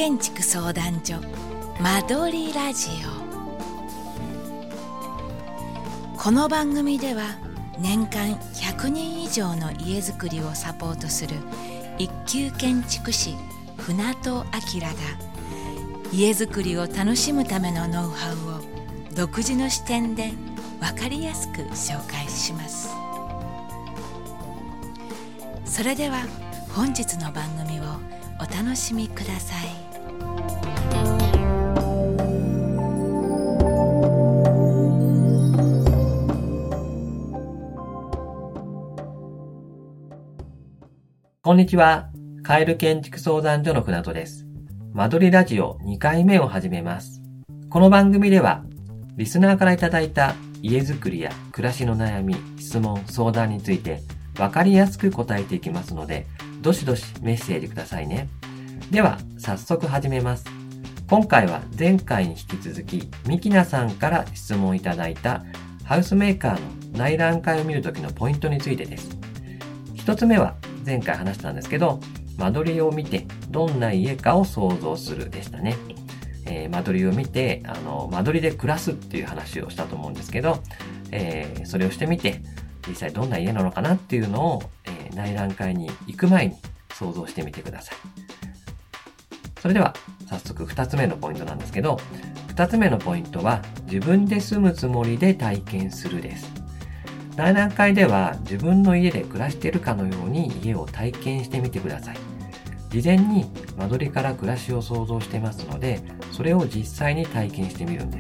建築相談所間取りラジオ。この番組では年間100人以上の家づくりをサポートする一級建築士船戸明が家づくりを楽しむためのノウハウを独自の視点で分かりやすく紹介します。それでは本日の番組をお楽しみください。 こんにちは。カエル建築相談所の船戸です。間取りラジオ2回目を始めます。この番組ではリスナーからいただいた家づくりや暮らしの悩み、質問、相談についてわかりやすく答えていきますので、どしどしメッセージくださいね。では、早速始めます。今回は前回に引き続き、ミキナさんから質問いただいたハウスメーカーの内覧会を見るときのポイントについてです。一つ目は前回話したんですけど、間取りを見てどんな家かを想像するでしたね。間取りを見て、間取りで暮らすっていう話をしたと思うんですけど、それをしてみて、実際どんな家なのかなっていうのを、内覧会に行く前に想像してみてください。それでは早速2つ目のポイントなんですけど、2つ目のポイントは自分で住むつもりで体験するです。内覧会では自分の家で暮らしているかのように家を体験してみてください。事前に間取りから暮らしを想像してますので、それを実際に体験してみるんです。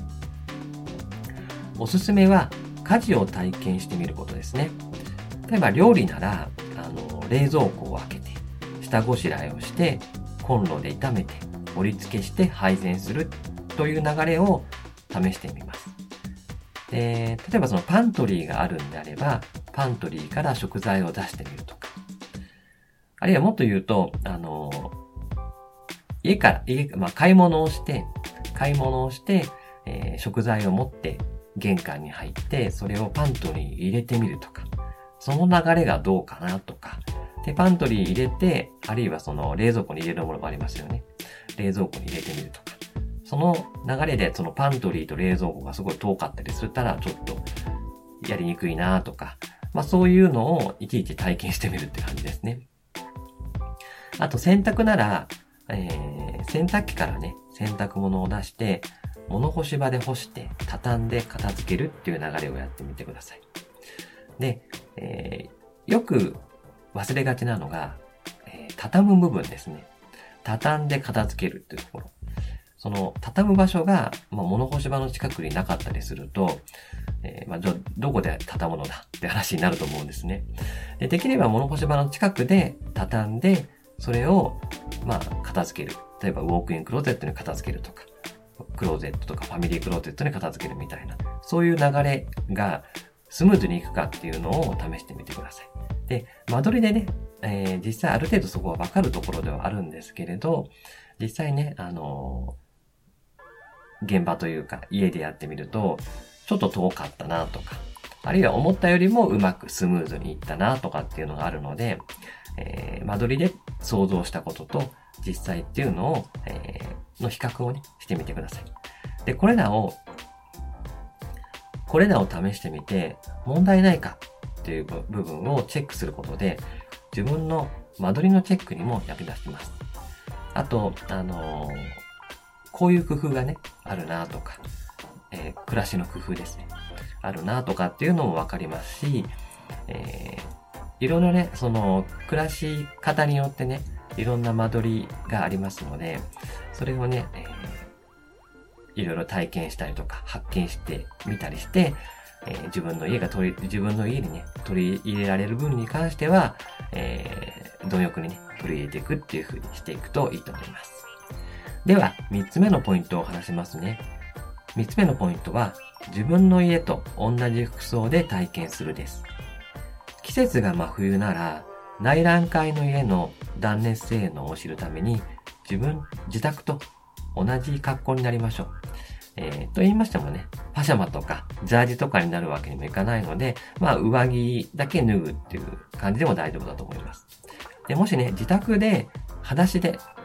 おすすめは家事を体験してみることですね。例えば料理なら、冷蔵庫を開けて、下ごしらえをして、コンロで炒めて、盛り付けして配膳するという流れを試してみます。例えばそのパントリーがあるんであれば、パントリーから食材を出してみるとか。あるいはもっと言うと、買い物をして、食材を持って玄関に入って、それをパントリーに入れてみるとか。その流れがどうかなとか。で、パントリー入れて、あるいはその冷蔵庫に入れるものもありますよね。冷蔵庫に入れてみるとか。その流れでそのパントリーと冷蔵庫がすごい遠かったりするたらちょっとやりにくいなとか。そういうのをいちいち体験してみるって感じですね。あと洗濯なら、洗濯機からね、洗濯物を出して、物干し場で干して、畳んで片付けるっていう流れをやってみてください。で、よく忘れがちなのが、畳む部分ですね。畳んで片付けるっていうところ。その畳む場所が、物干し場の近くになかったりすると、どこで畳むのだって話になると思うんですね。できれば物干し場の近くで畳んで、それを、片付ける。例えばウォークインクローゼットに片付けるとか、クローゼットとかファミリークローゼットに片付けるみたいな、そういう流れがスムーズにいくかっていうのを試してみてください。で、間取りでね、実際ある程度そこはわかるところではあるんですけれど、実際ね、現場というか家でやってみると、ちょっと遠かったなとか、あるいは思ったよりもうまくスムーズにいったなとかっていうのがあるので、間取りで想像したことと実際っていうのを、の比較をね、してみてください。で、これらを試してみて問題ないかっていう部分をチェックすることで、自分の間取りのチェックにも役立ちます。あと、こういう工夫がね、あるなとか、暮らしの工夫ですね。あるなとかっていうのもわかりますし、いろんなね、その暮らし方によってね、いろんな間取りがありますので、それをね、いろいろ体験したりとか発見してみたりして、自分の家にね、取り入れられる分に関しては、貪欲にね、取り入れていくっていう風にしていくといいと思います。では、3つ目のポイントを話しますね。3つ目のポイントは、自分の家と同じ服装で体験するです。季節が真冬なら、内覧会の家の断熱性能を知るために、自宅と同じ格好になりましょう。と言いましてもね、パジャマとかジャージとかになるわけにもいかないので、上着だけ脱ぐっていう感じでも大丈夫だと思います。で、もしね、自宅で裸足で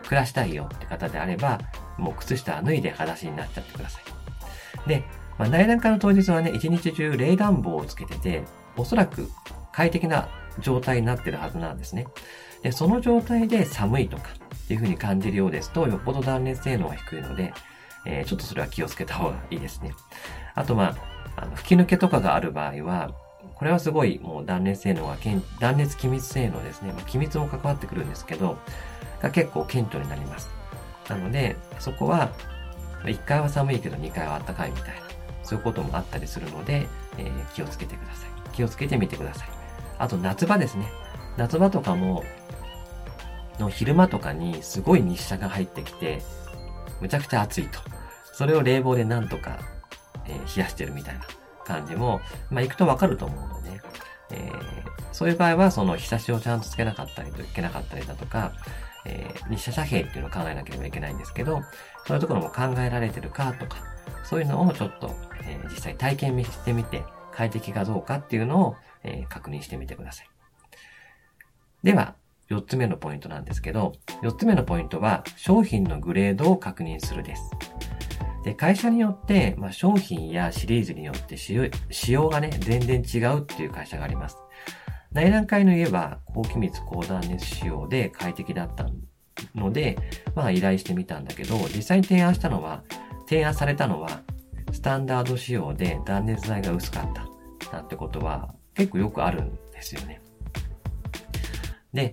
暮らしたいよって方であれば、もう靴下は脱いで裸足になっちゃってください。で、内覧会の当日はね、一日中冷暖房をつけてて、おそらく快適な状態になってるはずなんですね。で、その状態で寒いとかっていう風に感じるようですと、よっぽど断熱性能が低いので、ちょっとそれは気をつけた方がいいですね。あと吹き抜けとかがある場合は、これはすごいもう断熱性能が断熱気密性能ですね。気密も関わってくるんですけど、が結構顕著になります。なので、そこは、1階は寒いけど2階は暖かいみたいな、そういうこともあったりするので、気をつけてください。気をつけてみてください。あと夏場ですね。夏場とかも、の昼間とかにすごい日射が入ってきて、むちゃくちゃ暑いと。それを冷房でなんとか、冷やしてるみたいな感じも、行くとわかると思うので、そういう場合はその日差しをちゃんとつけなかったりといけなかったりだとか、日射遮蔽っていうのを考えなければいけないんですけど、そういうところも考えられてるかとか、そういうのをちょっと、実際体験してみて快適かどうかっていうのを、確認してみてください。では、4つ目のポイントなんですけど、4つ目のポイントは商品のグレードを確認するです。で、会社によって、商品やシリーズによって仕様がね、全然違うっていう会社があります。内覧会の家は高気密高断熱仕様で快適だったので、依頼してみたんだけど、実際に提案されたのは、スタンダード仕様で断熱材が薄かったなんてことは結構よくあるんですよね。で、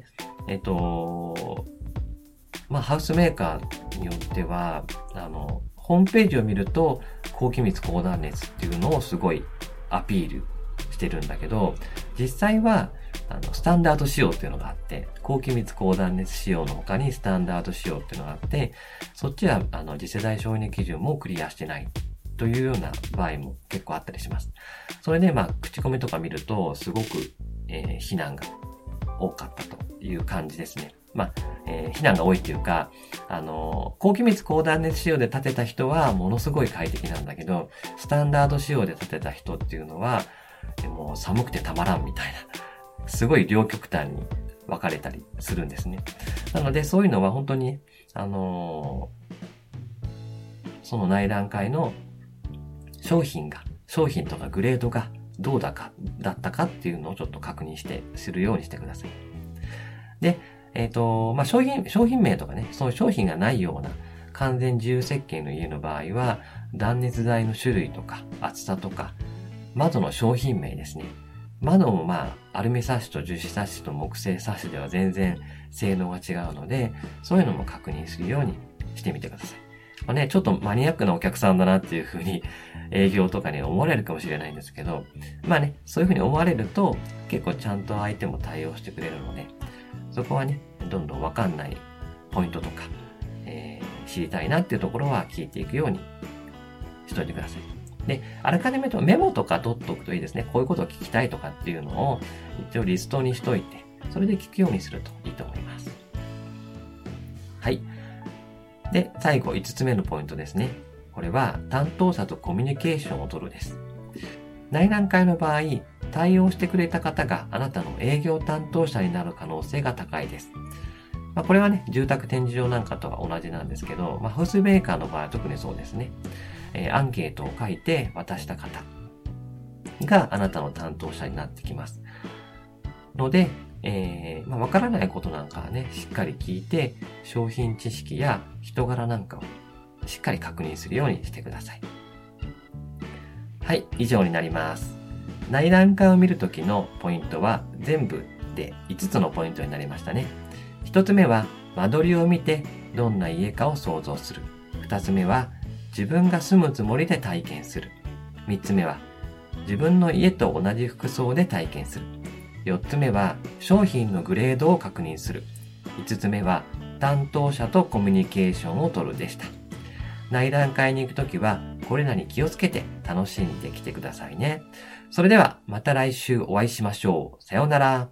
ハウスメーカーによっては、ホームページを見ると、高気密高断熱っていうのをすごいアピールしてるんだけど、実際は、スタンダード仕様っていうのがあって、高気密高断熱仕様の他にスタンダード仕様っていうのがあって、そっちは、次世代省エネ基準もクリアしてないというような場合も結構あったりします。それで、口コミとか見ると、すごく、非難が多かったという感じですね。非難が多いっていうか、高気密高断熱仕様で建てた人はものすごい快適なんだけど、スタンダード仕様で建てた人っていうのは、もう寒くてたまらんみたいな、すごい両極端に分かれたりするんですね。なのでそういうのは本当に、その内覧会の商品とかグレードがどうだったかっていうのをちょっと確認するようにしてください。で、商品名とかね、その商品がないような完全自由設計の家の場合は、断熱材の種類とか厚さとか、窓の商品名ですね。窓もアルミサッシと樹脂サッシと木製サッシでは全然性能が違うので、そういうのも確認するようにしてみてください。ちょっとマニアックなお客さんだなっていう風に営業とかに思われるかもしれないんですけど、そういう風に思われると結構ちゃんと相手も対応してくれるので、そこはね、どんどんわかんないポイントとか、知りたいなっていうところは聞いていくようにしといてください。で、あらかじめとメモとか取っておくといいですね。こういうことを聞きたいとかっていうのを一応リストにしといて、それで聞くようにするといいと思います。はい。で、最後5つ目のポイントですね。これは担当者とコミュニケーションを取るです。内覧会の場合、対応してくれた方があなたの営業担当者になる可能性が高いです。これはね、住宅展示場なんかとは同じなんですけど、ハウスメーカーの場合は特にそうですね。アンケートを書いて渡した方があなたの担当者になってきます。ので、わからないことなんかはね、しっかり聞いて、商品知識や人柄なんかをしっかり確認するようにしてください。はい、以上になります。内覧会を見るときのポイントは全部で5つのポイントになりましたね。1つ目は間取りを見てどんな家かを想像する。2つ目は自分が住むつもりで体験する。3つ目は自分の家と同じ服装で体験する。4つ目は商品のグレードを確認する。5つ目は担当者とコミュニケーションを取るでした。内覧会に行くときはこれらに気をつけて楽しんできてくださいね。それではまた来週お会いしましょう。さようなら。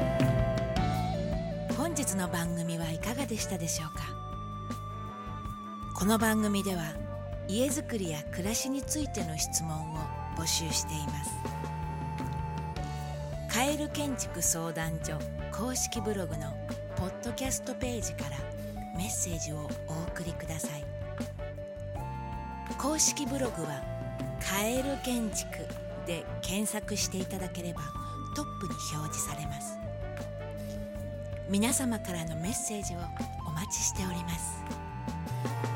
本日の番組はいかがでしたでしょうか。 この番組では家づくりや暮らしについての質問を募集しています。カエル建築相談所公式ブログのポッドキャストページからメッセージをお送りください。公式ブログはカエル建築で検索していただければトップに表示されます。皆様からのメッセージをお待ちしております。